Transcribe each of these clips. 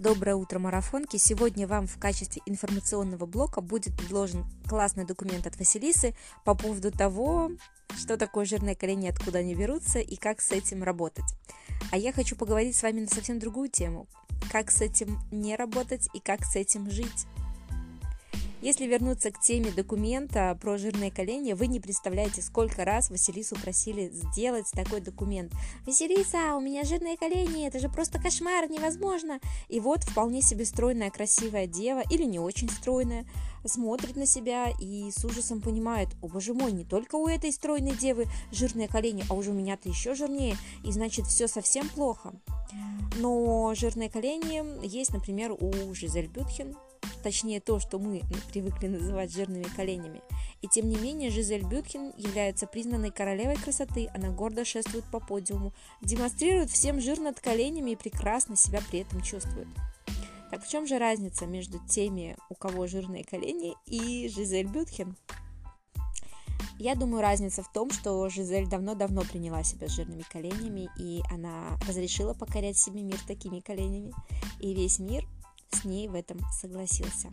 Доброе утро, марафонки! Сегодня вам в качестве информационного блока будет предложен классный документ от Василисы по поводу того, что такое жирные колени, откуда они берутся и как с этим работать. А я хочу поговорить с вами на совсем другую тему. Как с этим не работать и как с этим жить. Если вернуться к теме документа про жирные колени, вы не представляете, сколько раз Василису просили сделать такой документ. «Василиса, у меня жирные колени, это же просто кошмар, невозможно!» И вот вполне себе стройная, красивая дева, или не очень стройная, смотрит на себя и с ужасом понимает: «О, боже мой, не только у этой стройной девы жирные колени, а уже у меня-то еще жирнее, и значит все совсем плохо». Но жирные колени есть, например, у Жизель Бютхен. Точнее, то, что мы привыкли называть жирными коленями. И тем не менее, Жизель Бютхен является признанной королевой красоты, она гордо шествует по подиуму, демонстрирует всем жир над коленями и прекрасно себя при этом чувствует. Так в чем же разница между теми, у кого жирные колени, и Жизель Бютхен? Я думаю, разница в том, что Жизель давно-давно приняла себя с жирными коленями, и она разрешила покорять себе мир такими коленями, и весь мир с ней в этом согласился.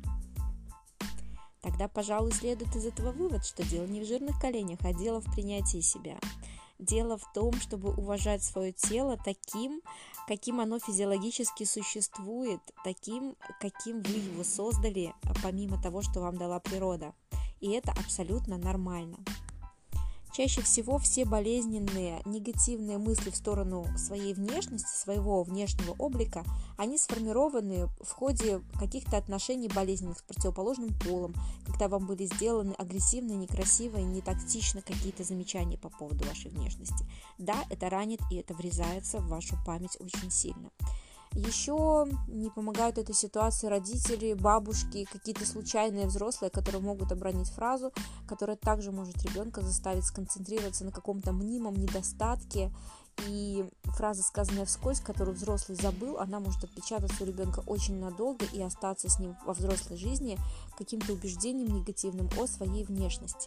Тогда, пожалуй, следует из этого вывод, что дело не в жирных коленях, а дело в принятии себя. Дело в том, чтобы уважать свое тело таким, каким оно физиологически существует, таким, каким вы его создали, помимо того, что вам дала природа. И это абсолютно нормально. Чаще всего все болезненные, негативные мысли в сторону своей внешности, своего внешнего облика, они сформированы в ходе каких-то отношений болезненных с противоположным полом, когда вам были сделаны агрессивные, некрасивые, нетактично какие-то замечания по поводу вашей внешности. Да, это ранит и это врезается в вашу память очень сильно. Еще не помогают этой ситуации родители, бабушки, какие-то случайные взрослые, которые могут обронить фразу, которая также может ребенка заставить сконцентрироваться на каком-то мнимом недостатке. И фраза, сказанная вскользь, которую взрослый забыл, она может отпечататься у ребенка очень надолго и остаться с ним во взрослой жизни каким-то убеждением негативным о своей внешности.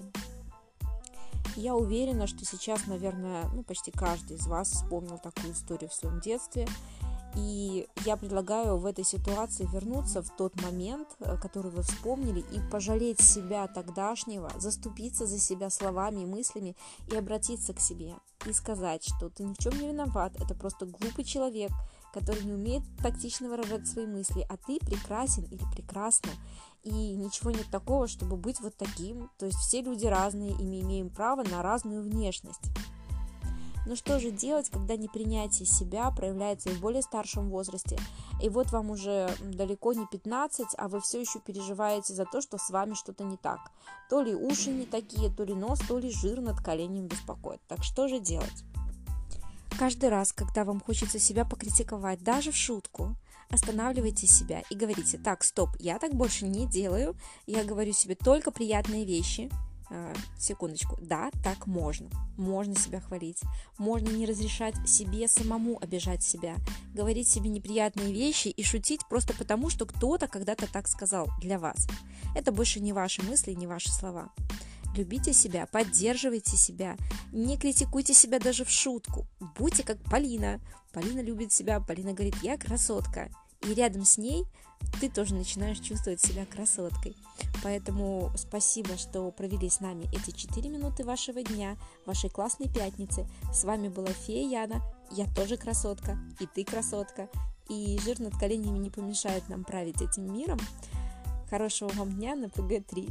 Я уверена, что сейчас, наверное, почти каждый из вас вспомнил такую историю в своем детстве. И я предлагаю в этой ситуации вернуться в тот момент, который вы вспомнили, и пожалеть себя тогдашнего, заступиться за себя словами и мыслями и обратиться к себе и сказать, что ты ни в чем не виноват, это просто глупый человек, который не умеет тактично выражать свои мысли, а ты прекрасен или прекрасна, и ничего нет такого, чтобы быть вот таким, то есть все люди разные, и мы имеем право на разную внешность. Но что же делать, когда непринятие себя проявляется и в более старшем возрасте? И вот вам уже далеко не 15, а вы все еще переживаете за то, что с вами что-то не так. То ли уши не такие, то ли нос, то ли жир над коленями беспокоит. Так что же делать? Каждый раз, когда вам хочется себя покритиковать, даже в шутку, останавливайте себя и говорите: так, стоп, я так больше не делаю, я говорю себе только приятные вещи. Секундочку, да, так можно себя хвалить, можно не разрешать себе самому обижать себя, говорить себе неприятные вещи и шутить просто потому, что кто-то когда-то так сказал для вас. Это больше не ваши мысли, не ваши слова. Любите себя, поддерживайте себя, не критикуйте себя даже в шутку, будьте как Полина. Полина любит себя, Полина говорит: я красотка. И рядом с ней ты тоже начинаешь чувствовать себя красоткой. Поэтому спасибо, что провели с нами эти 4 минуты вашего дня, вашей классной пятницы. С вами была фея Яна. Я тоже красотка, и ты красотка. И жир над коленями не помешает нам править этим миром. Хорошего вам дня на ПГ-3.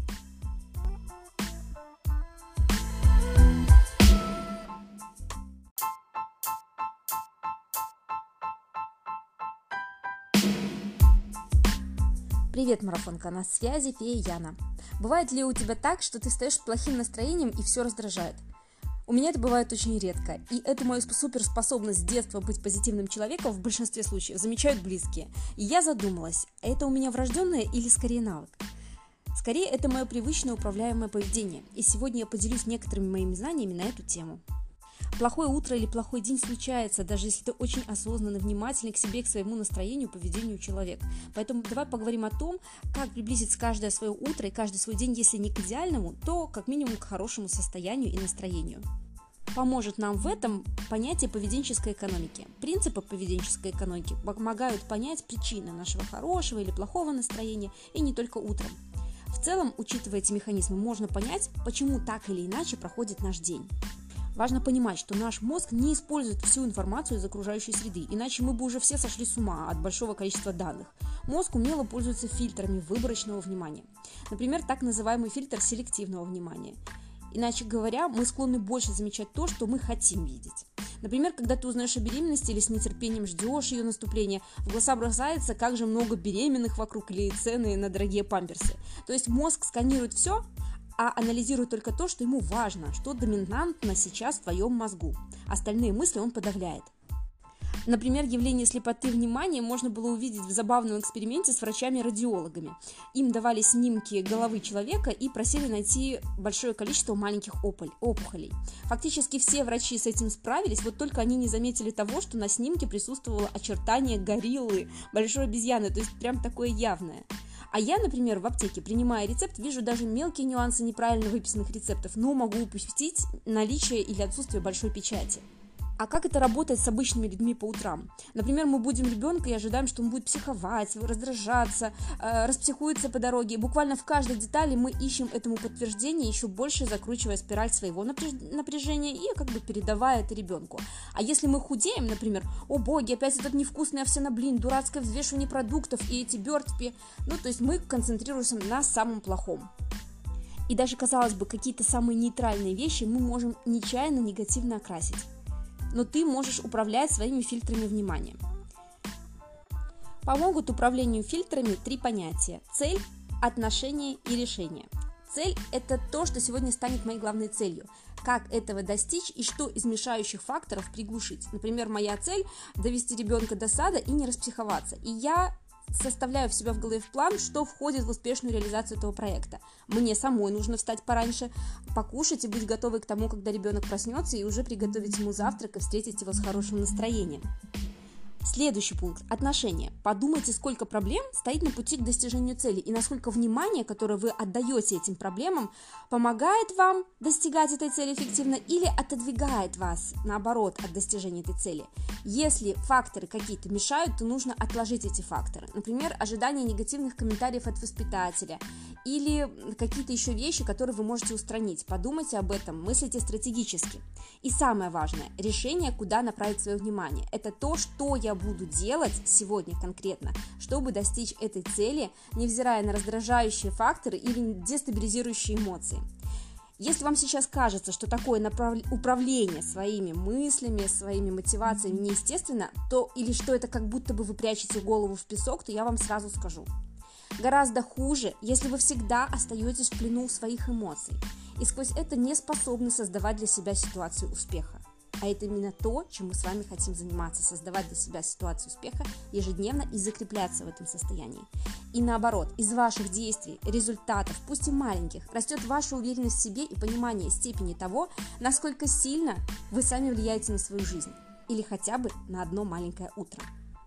Привет, марафонка, на связи фея Яна. Бывает ли у тебя так, что ты встаешь с плохим настроением и все раздражает? У меня это бывает очень редко, и эту мою суперспособность с детства быть позитивным человеком в большинстве случаев замечают близкие. И я задумалась, это у меня врожденное или скорее навык? Скорее, это мое привычное управляемое поведение, и сегодня я поделюсь некоторыми моими знаниями на эту тему. Плохое утро или плохой день случается, даже если ты очень осознанный, внимательный к себе, к своему настроению, поведению человек. Поэтому давай поговорим о том, как приблизить каждое свое утро и каждый свой день, если не к идеальному, то как минимум к хорошему состоянию и настроению. поможет нам в этом понятие поведенческой экономики. Принципы поведенческой экономики помогают понять причины нашего хорошего или плохого настроения, и не только утром. В целом, учитывая эти механизмы, можно понять, почему так или иначе проходит наш день. Важно понимать, что наш мозг не использует всю информацию из окружающей среды, иначе мы бы уже все сошли с ума от большого количества данных. Мозг умело пользуется фильтрами выборочного внимания. Например, так называемый фильтр селективного внимания. Иначе говоря, мы склонны больше замечать то, что мы хотим видеть. Например, когда ты узнаешь о беременности или с нетерпением ждешь ее наступления, в глаза бросается, как же много беременных вокруг или цены на дорогие памперсы. То есть мозг сканирует все, а анализирует только то, что ему важно, что доминантно сейчас в твоем мозгу. Остальные мысли он подавляет. Например, явление слепоты внимания можно было увидеть в забавном эксперименте с врачами-радиологами. Им давали снимки головы человека и просили найти большое количество маленьких опухолей. Фактически все врачи с этим справились, вот только они не заметили того, что на снимке присутствовало очертание гориллы, большой обезьяны, то есть прям такое явное. А я, например, в аптеке, принимая рецепт, вижу даже мелкие нюансы неправильно выписанных рецептов, но могу упустить наличие или отсутствие большой печати. А как это работает с обычными людьми по утрам? Например, мы будем ребенка и ожидаем, что он будет психовать, раздражаться, распсихуется по дороге. И буквально в каждой детали мы ищем этому подтверждение, еще больше закручивая спираль своего напряжения и как бы передавая это ребенку. А если мы худеем, например, о боги, опять этот невкусный овсяноблин, дурацкое взвешивание продуктов и эти бёрпи, то есть мы концентрируемся на самом плохом. И даже, казалось бы, какие-то самые нейтральные вещи мы можем нечаянно негативно окрасить. Но ты можешь управлять своими фильтрами внимания. Помогут управлению фильтрами 3 понятия: цель, отношение и решение. Цель – это то, что сегодня станет моей главной целью. Как этого достичь и что из мешающих факторов приглушить. Например, моя цель – довести ребенка до сада и не распсиховаться. И я составляю в себя в голове план, что входит в успешную реализацию этого проекта. Мне самой нужно встать пораньше, покушать и быть готовой к тому, когда ребенок проснется, и уже приготовить ему завтрак и встретить его с хорошим настроением. Следующий пункт – отношения. Подумайте, сколько проблем стоит на пути к достижению цели и насколько внимание, которое вы отдаете этим проблемам, помогает вам достигать этой цели эффективно или отодвигает вас, наоборот, от достижения этой цели. Если факторы какие-то мешают, то нужно отложить эти факторы. Например, ожидание негативных комментариев от воспитателя или какие-то еще вещи, которые вы можете устранить. Подумайте об этом, мыслите стратегически. И самое важное – решение, куда направить свое внимание. Это то, что я буду делать сегодня конкретно, чтобы достичь этой цели, невзирая на раздражающие факторы или дестабилизирующие эмоции. Если вам сейчас кажется, что такое управление своими мыслями, своими мотивациями неестественно, или что это как будто бы вы прячете голову в песок, то я вам сразу скажу. Гораздо хуже, если вы всегда остаетесь в плену своих эмоций и сквозь это не способны создавать для себя ситуацию успеха. А это именно то, чем мы с вами хотим заниматься, создавать для себя ситуацию успеха ежедневно и закрепляться в этом состоянии. И наоборот, из ваших действий, результатов, пусть и маленьких, растет ваша уверенность в себе и понимание степени того, насколько сильно вы сами влияете на свою жизнь или хотя бы на одно маленькое утро.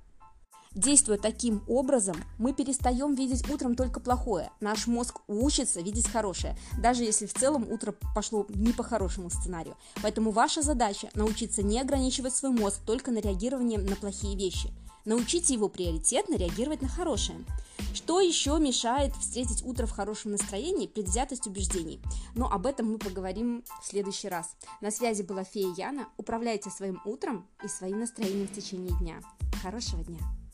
Действуя таким образом, мы перестаем видеть утром только плохое. Наш мозг учится видеть хорошее, даже если в целом утро пошло не по хорошему сценарию. Поэтому ваша задача – научиться не ограничивать свой мозг только на реагирование на плохие вещи. Научите его приоритетно реагировать на хорошее. Что еще мешает встретить утро в хорошем настроении? Предвзятость убеждений. Но об этом мы поговорим в следующий раз. На связи была фея Яна. Управляйте своим утром и своим настроением в течение дня. Хорошего дня!